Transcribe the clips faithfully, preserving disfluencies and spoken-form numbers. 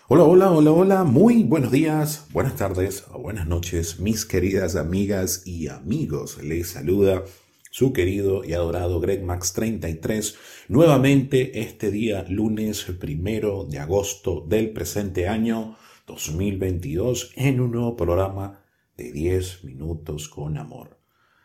Hola, hola, hola, hola, muy buenos días, buenas tardes o buenas noches, mis queridas amigas y amigos. Les saluda su querido y adorado Greg Max treinta y tres, nuevamente este día lunes primero de agosto del presente año dos mil veintidós en un nuevo programa de diez minutos con amor.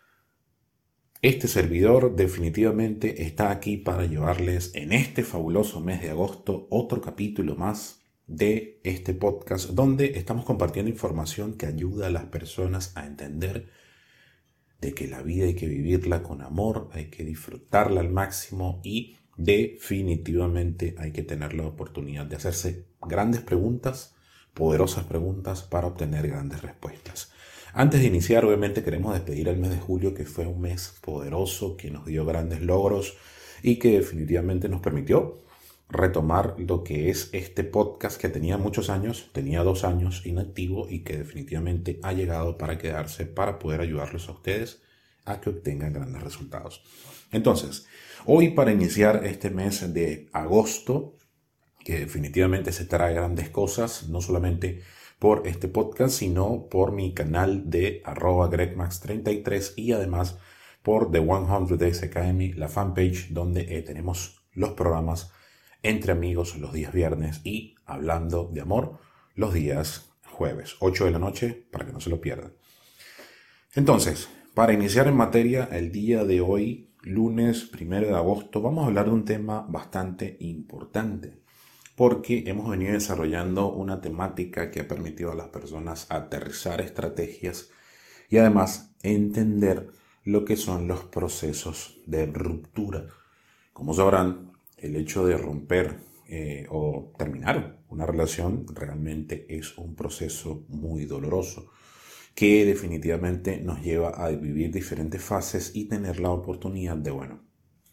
Este servidor definitivamente está aquí para llevarles en este fabuloso mes de agosto otro capítulo más de este podcast donde estamos compartiendo información que ayuda a las personas a entender de que la vida hay que vivirla con amor, hay que disfrutarla al máximo y definitivamente hay que tener la oportunidad de hacerse grandes preguntas, poderosas preguntas para obtener grandes respuestas. Antes de iniciar, obviamente queremos despedir el mes de julio, que fue un mes poderoso, que nos dio grandes logros y que definitivamente nos permitió retomar lo que es este podcast que tenía muchos años, tenía dos años inactivo y que definitivamente ha llegado para quedarse, para poder ayudarlos a ustedes a que obtengan grandes resultados. Entonces, hoy para iniciar este mes de agosto, que definitivamente se trae grandes cosas, no solamente por este podcast, sino por mi canal de arroba gregmax treinta y tres y además por The cien Days Academy, la fanpage donde eh, tenemos los programas entre amigos los días viernes y hablando de amor los días jueves, ocho de la noche, para que no se lo pierdan. Entonces, para iniciar en materia, el día de hoy, lunes primero de agosto, vamos a hablar de un tema bastante importante, porque hemos venido desarrollando una temática que ha permitido a las personas aterrizar estrategias y además entender lo que son los procesos de ruptura. Como sabrán, el hecho de romper eh, o terminar una relación realmente es un proceso muy doloroso que definitivamente nos lleva a vivir diferentes fases y tener la oportunidad de, bueno,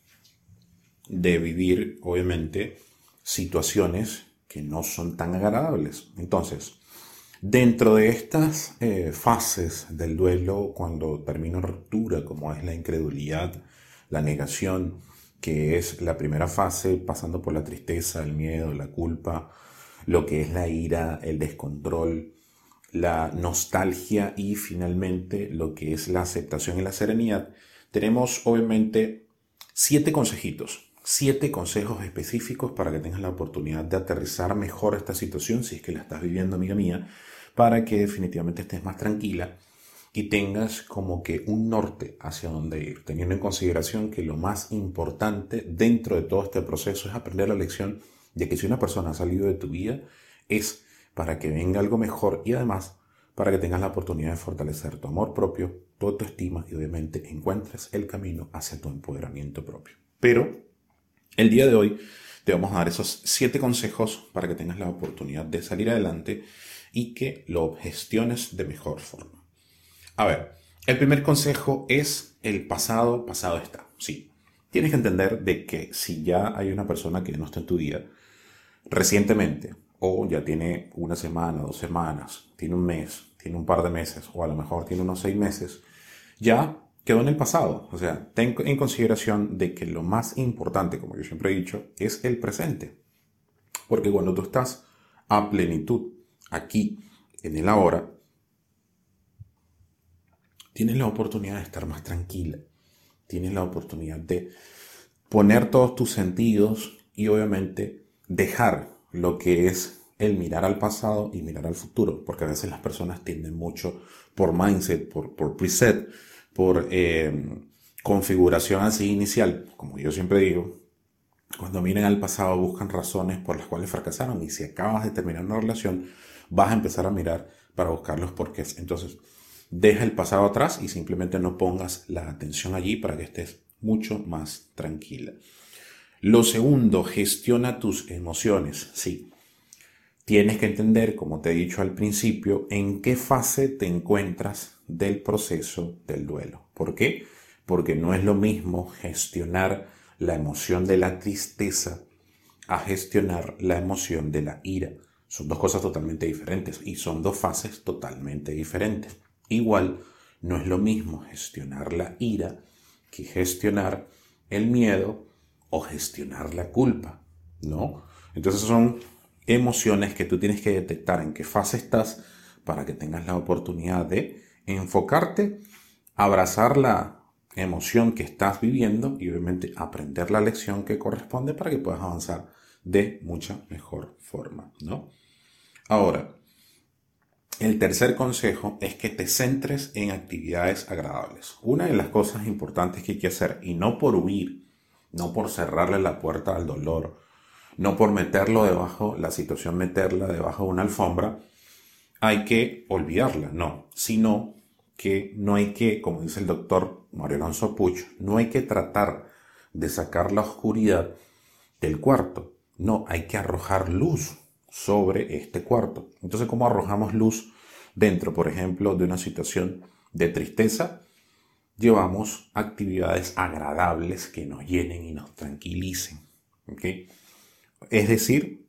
de vivir, obviamente, situaciones que no son tan agradables. Entonces, dentro de estas eh, fases del duelo, cuando termina una ruptura, como es la incredulidad, la negación, que es la primera fase, pasando por la tristeza, el miedo, la culpa, lo que es la ira, el descontrol, la nostalgia y finalmente lo que es la aceptación y la serenidad, tenemos obviamente siete consejitos, siete consejos específicos para que tengas la oportunidad de aterrizar mejor esta situación, si es que la estás viviendo, amiga mía, para que definitivamente estés más tranquila y tengas como que un norte hacia dónde ir, teniendo en consideración que lo más importante dentro de todo este proceso es aprender la lección de que si una persona ha salido de tu vida es para que venga algo mejor y además para que tengas la oportunidad de fortalecer tu amor propio, tu autoestima y obviamente encuentres el camino hacia tu empoderamiento propio. Pero el día de hoy te vamos a dar esos siete consejos para que tengas la oportunidad de salir adelante y que lo gestiones de mejor forma. A ver, el primer consejo es el pasado, pasado está. Sí, tienes que entender de que si ya hay una persona que no está en tu vida recientemente, o ya tiene una semana, dos semanas, tiene un mes, tiene un par de meses, o a lo mejor tiene unos seis meses, ya quedó en el pasado. O sea, ten en consideración de que lo más importante, como yo siempre he dicho, es el presente. Porque cuando tú estás a plenitud, aquí, en el ahora, tienes la oportunidad de estar más tranquila. Tienes la oportunidad de poner todos tus sentidos y obviamente dejar lo que es el mirar al pasado y mirar al futuro, porque a veces las personas tienden mucho por mindset, por, por preset, por eh, configuración así inicial, como yo siempre digo, cuando miran al pasado buscan razones por las cuales fracasaron y si acabas de terminar una relación vas a empezar a mirar para buscar los porqués. Entonces deja el pasado atrás y simplemente no pongas la atención allí para que estés mucho más tranquila. Lo segundo, gestiona tus emociones. Sí, tienes que entender, como te he dicho al principio, en qué fase te encuentras del proceso del duelo. ¿Por qué? Porque no es lo mismo gestionar la emoción de la tristeza a gestionar la emoción de la ira. Son dos cosas totalmente diferentes y son dos fases totalmente diferentes. Igual, no es lo mismo gestionar la ira que gestionar el miedo o gestionar la culpa, ¿no? Entonces son emociones que tú tienes que detectar en qué fase estás para que tengas la oportunidad de enfocarte, abrazar la emoción que estás viviendo y obviamente aprender la lección que corresponde para que puedas avanzar de mucha mejor forma, ¿no? Ahora, el tercer consejo es que te centres en actividades agradables. Una de las cosas importantes que hay que hacer, y no por huir, no por cerrarle la puerta al dolor, no por meterlo debajo, la situación meterla debajo de una alfombra, hay que olvidarla, no, sino que no hay que, como dice el doctor Mario Alonso Puig, no hay que tratar de sacar la oscuridad del cuarto, no, hay que arrojar luz sobre este cuarto. Entonces, ¿cómo arrojamos luz dentro, por ejemplo, de una situación de tristeza? Llevamos actividades agradables que nos llenen y nos tranquilicen, ¿ok? Es decir,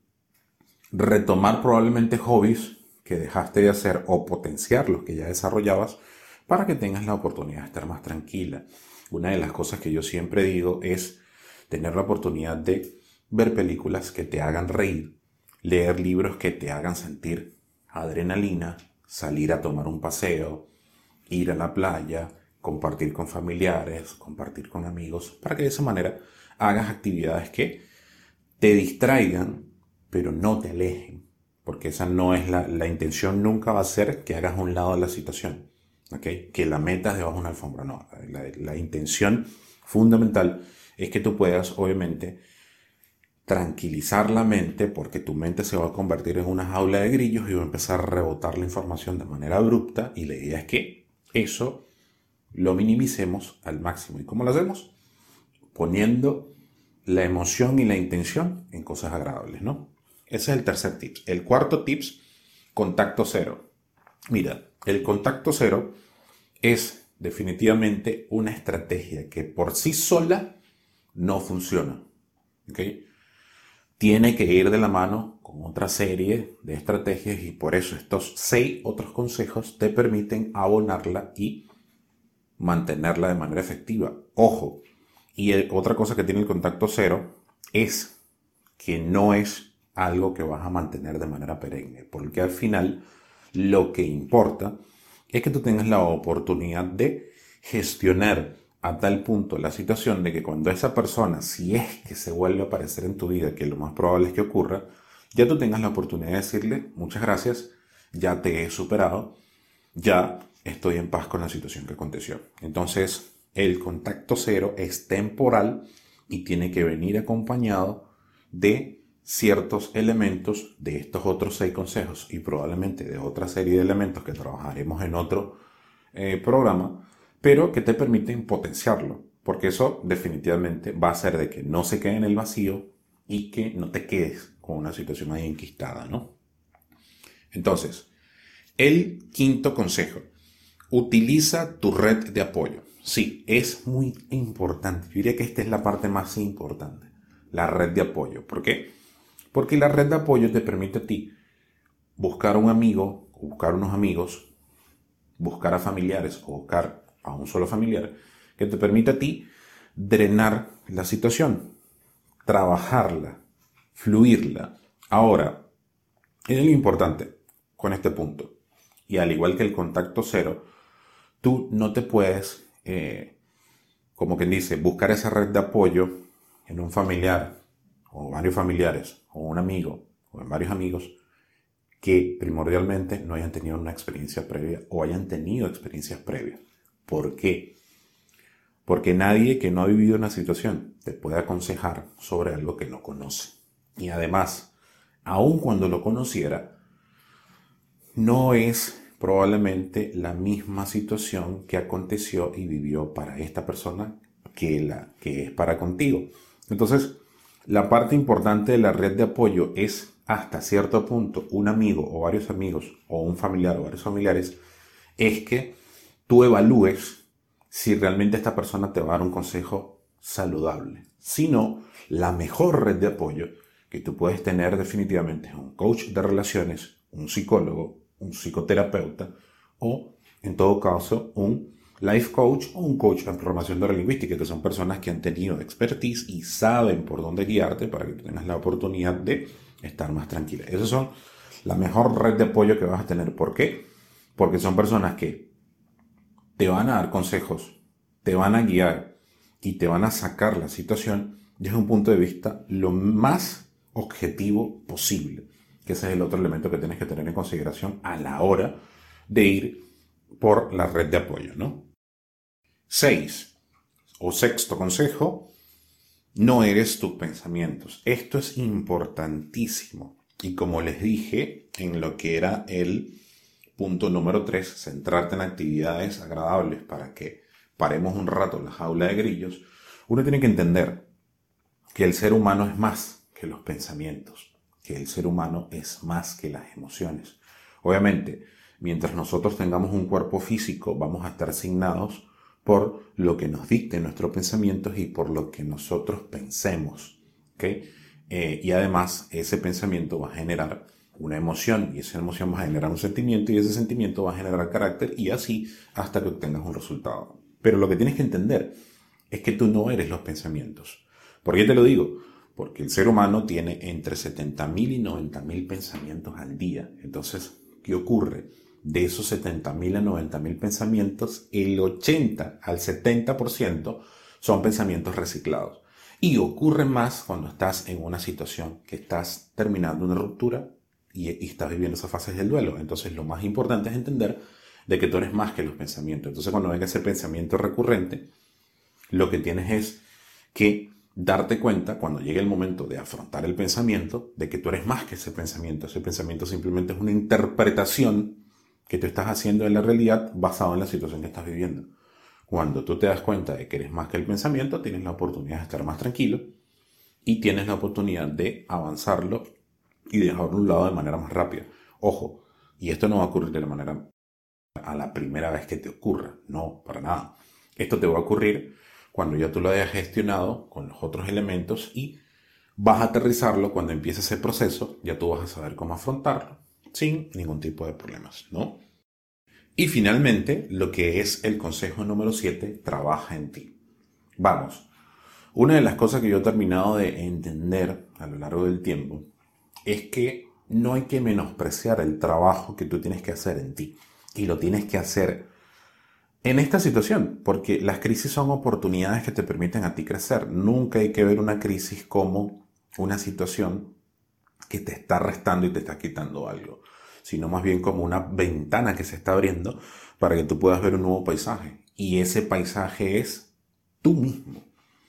retomar probablemente hobbies que dejaste de hacer o potenciar los que ya desarrollabas para que tengas la oportunidad de estar más tranquila. Una de las cosas que yo siempre digo es tener la oportunidad de ver películas que te hagan reír, leer libros que te hagan sentir adrenalina, salir a tomar un paseo, ir a la playa, compartir con familiares, compartir con amigos, para que de esa manera hagas actividades que te distraigan, pero no te alejen, porque esa no es la, la intención, nunca va a ser que hagas a un lado de la situación, ¿okay? Que la metas debajo de una alfombra, no. La, la intención fundamental es que tú puedas, obviamente, tranquilizar la mente, porque tu mente se va a convertir en una jaula de grillos y va a empezar a rebotar la información de manera abrupta, y la idea es que eso lo minimicemos al máximo. ¿Y cómo lo hacemos? Poniendo la emoción y la intención en cosas agradables, ¿no? Ese es el tercer tip. El cuarto tip, contacto cero. Mira, el contacto cero es definitivamente una estrategia que por sí sola no funciona, ¿ok? Tiene que ir de la mano con otra serie de estrategias, y por eso estos seis otros consejos te permiten abonarla y mantenerla de manera efectiva. Ojo, y el, otra cosa que tiene el contacto cero es que no es algo que vas a mantener de manera perenne, porque al final lo que importa es que tú tengas la oportunidad de gestionar a tal punto la situación de que cuando esa persona, si es que se vuelve a aparecer en tu vida, que lo más probable es que ocurra, ya tú tengas la oportunidad de decirle muchas gracias, ya te he superado, ya estoy en paz con la situación que aconteció. Entonces, el contacto cero es temporal y tiene que venir acompañado de ciertos elementos de estos otros seis consejos y probablemente de otra serie de elementos que trabajaremos en otro eh, programa, pero que te permiten potenciarlo, porque eso definitivamente va a hacer de que no se quede en el vacío y que no te quedes con una situación ahí enquistada, ¿no? Entonces, el quinto consejo: utiliza tu red de apoyo. Sí, es muy importante. Yo diría que esta es la parte más importante, la red de apoyo. ¿Por qué? Porque la red de apoyo te permite a ti buscar un amigo, o buscar unos amigos, buscar a familiares o buscar a un solo familiar que te permite a ti drenar la situación, trabajarla, fluirla. Ahora, es lo importante con este punto, y al igual que el contacto cero, tú no te puedes, eh, como quien dice, buscar esa red de apoyo en un familiar o varios familiares o un amigo o en varios amigos que primordialmente no hayan tenido una experiencia previa o hayan tenido experiencias previas. ¿Por qué? Porque nadie que no ha vivido una situación te puede aconsejar sobre algo que no conoce. Y además, aun cuando lo conociera, no es probablemente la misma situación que aconteció y vivió para esta persona que la que es para contigo. Entonces, la parte importante de la red de apoyo es, hasta cierto punto, un amigo o varios amigos o un familiar o varios familiares, es que tú evalúes si realmente esta persona te va a dar un consejo saludable. Si no, la mejor red de apoyo que tú puedes tener definitivamente es un coach de relaciones, un psicólogo, un psicoterapeuta o, en todo caso, un life coach o un coach en programación neurolingüística, que son personas que han tenido expertise y saben por dónde guiarte para que tú tengas la oportunidad de estar más tranquila. Esas son la mejor red de apoyo que vas a tener. ¿Por qué? Porque son personas que te van a dar consejos, te van a guiar y te van a sacar la situación desde un punto de vista lo más objetivo posible. Que ese es el otro elemento que tienes que tener en consideración a la hora de ir por la red de apoyo, ¿no? Seis, o sexto consejo, no eres tus pensamientos. Esto es importantísimo. Y como les dije en lo que era el punto número tres, centrarte en actividades agradables para que paremos un rato en la jaula de grillos, uno tiene que entender que el ser humano es más que los pensamientos, que el ser humano es más que las emociones. Obviamente, mientras nosotros tengamos un cuerpo físico, vamos a estar asignados por lo que nos dicten nuestros pensamientos y por lo que nosotros pensemos, ¿okay? Eh, y además, ese pensamiento va a generar una emoción y esa emoción va a generar un sentimiento y ese sentimiento va a generar carácter y así hasta que obtengas un resultado. Pero lo que tienes que entender es que tú no eres los pensamientos. ¿Por qué te lo digo? Porque el ser humano tiene entre setenta mil y noventa mil pensamientos al día. Entonces, ¿qué ocurre? De esos setenta mil a noventa mil pensamientos, el ochenta al setenta por ciento son pensamientos reciclados. Y ocurre más cuando estás en una situación que estás terminando una ruptura y, y estás viviendo esas fases del duelo. Entonces, lo más importante es entender de que tú eres más que los pensamientos. Entonces, cuando venga ese pensamiento recurrente, lo que tienes es que darte cuenta, cuando llegue el momento de afrontar el pensamiento, de que tú eres más que ese pensamiento. Ese pensamiento simplemente es una interpretación que tú estás haciendo de la realidad basado en la situación que estás viviendo. Cuando tú te das cuenta de que eres más que el pensamiento, tienes la oportunidad de estar más tranquilo y tienes la oportunidad de avanzarlo y dejarlo a un lado de manera más rápida. Ojo, y esto no va a ocurrir de la manera a la primera vez que te ocurra, no, para nada. Esto te va a ocurrir cuando ya tú lo hayas gestionado con los otros elementos y vas a aterrizarlo cuando empiece ese proceso, ya tú vas a saber cómo afrontarlo sin ningún tipo de problemas, ¿no? Y finalmente, lo que es el consejo número siete, trabaja en ti. Vamos, una de las cosas que yo he terminado de entender a lo largo del tiempo es que no hay que menospreciar el trabajo que tú tienes que hacer en ti. Y lo tienes que hacer en esta situación, porque las crisis son oportunidades que te permiten a ti crecer. Nunca hay que ver una crisis como una situación que te está restando y te está quitando algo, sino más bien como una ventana que se está abriendo para que tú puedas ver un nuevo paisaje. Y ese paisaje es tú mismo.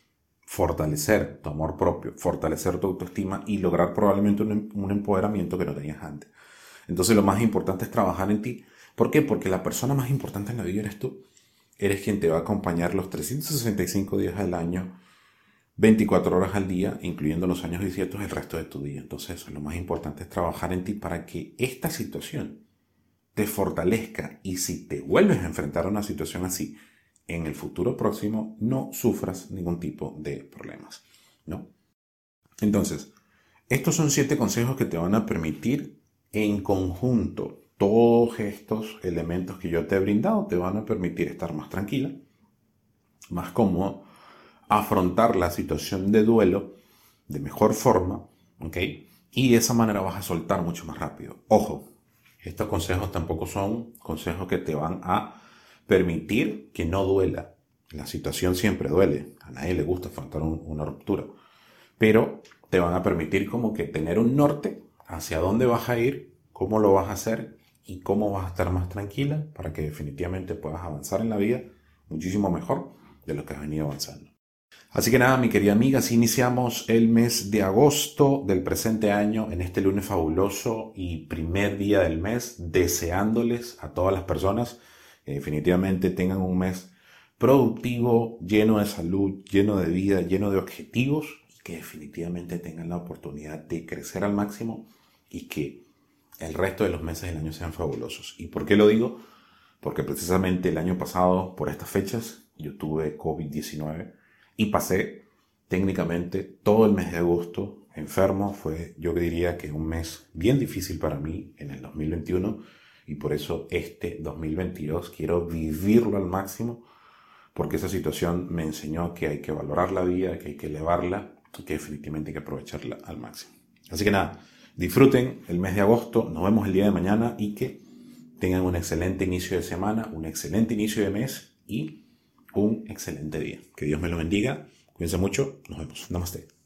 Fortalecer tu amor propio, fortalecer tu autoestima y lograr probablemente un, un empoderamiento que no tenías antes. Entonces lo más importante es trabajar en ti. ¿Por qué? Porque la persona más importante en la vida eres tú. Eres quien te va a acompañar los trescientos sesenta y cinco días al año, veinticuatro horas al día, incluyendo los años bisiestos, el resto de tu día. Entonces, lo más importante es trabajar en ti para que esta situación te fortalezca y si te vuelves a enfrentar a una situación así, en el futuro próximo no sufras ningún tipo de problemas, ¿no? Entonces, estos son siete consejos que te van a permitir en conjunto. Todos estos elementos que yo te he brindado te van a permitir estar más tranquila, más cómodo, afrontar la situación de duelo de mejor forma, ¿ok? Y de esa manera vas a soltar mucho más rápido. Ojo, estos consejos tampoco son consejos que te van a permitir que no duela. La situación siempre duele. A nadie le gusta afrontar un, una ruptura. Pero te van a permitir como que tener un norte hacia dónde vas a ir, cómo lo vas a hacer y cómo vas a estar más tranquila para que definitivamente puedas avanzar en la vida muchísimo mejor de lo que has venido avanzando. Así que nada, mi querida amiga, así iniciamos el mes de agosto del presente año en este lunes fabuloso y primer día del mes, deseándoles a todas las personas que definitivamente tengan un mes productivo, lleno de salud, lleno de vida, lleno de objetivos y que definitivamente tengan la oportunidad de crecer al máximo y que el resto de los meses del año sean fabulosos. ¿Y por qué lo digo? Porque precisamente el año pasado, por estas fechas, yo tuve covid diecinueve y pasé técnicamente todo el mes de agosto enfermo. Fue, yo diría que un mes bien difícil para mí en el dos mil veintiuno y por eso este dos mil veintidós quiero vivirlo al máximo porque esa situación me enseñó que hay que valorar la vida, que hay que elevarla y que definitivamente hay que aprovecharla al máximo. Así que nada, Disfruten el mes de agosto, nos vemos el día de mañana y que tengan un excelente inicio de semana, un excelente inicio de mes y un excelente día. Que Dios me lo bendiga. Cuídense mucho. Nos vemos. Namaste.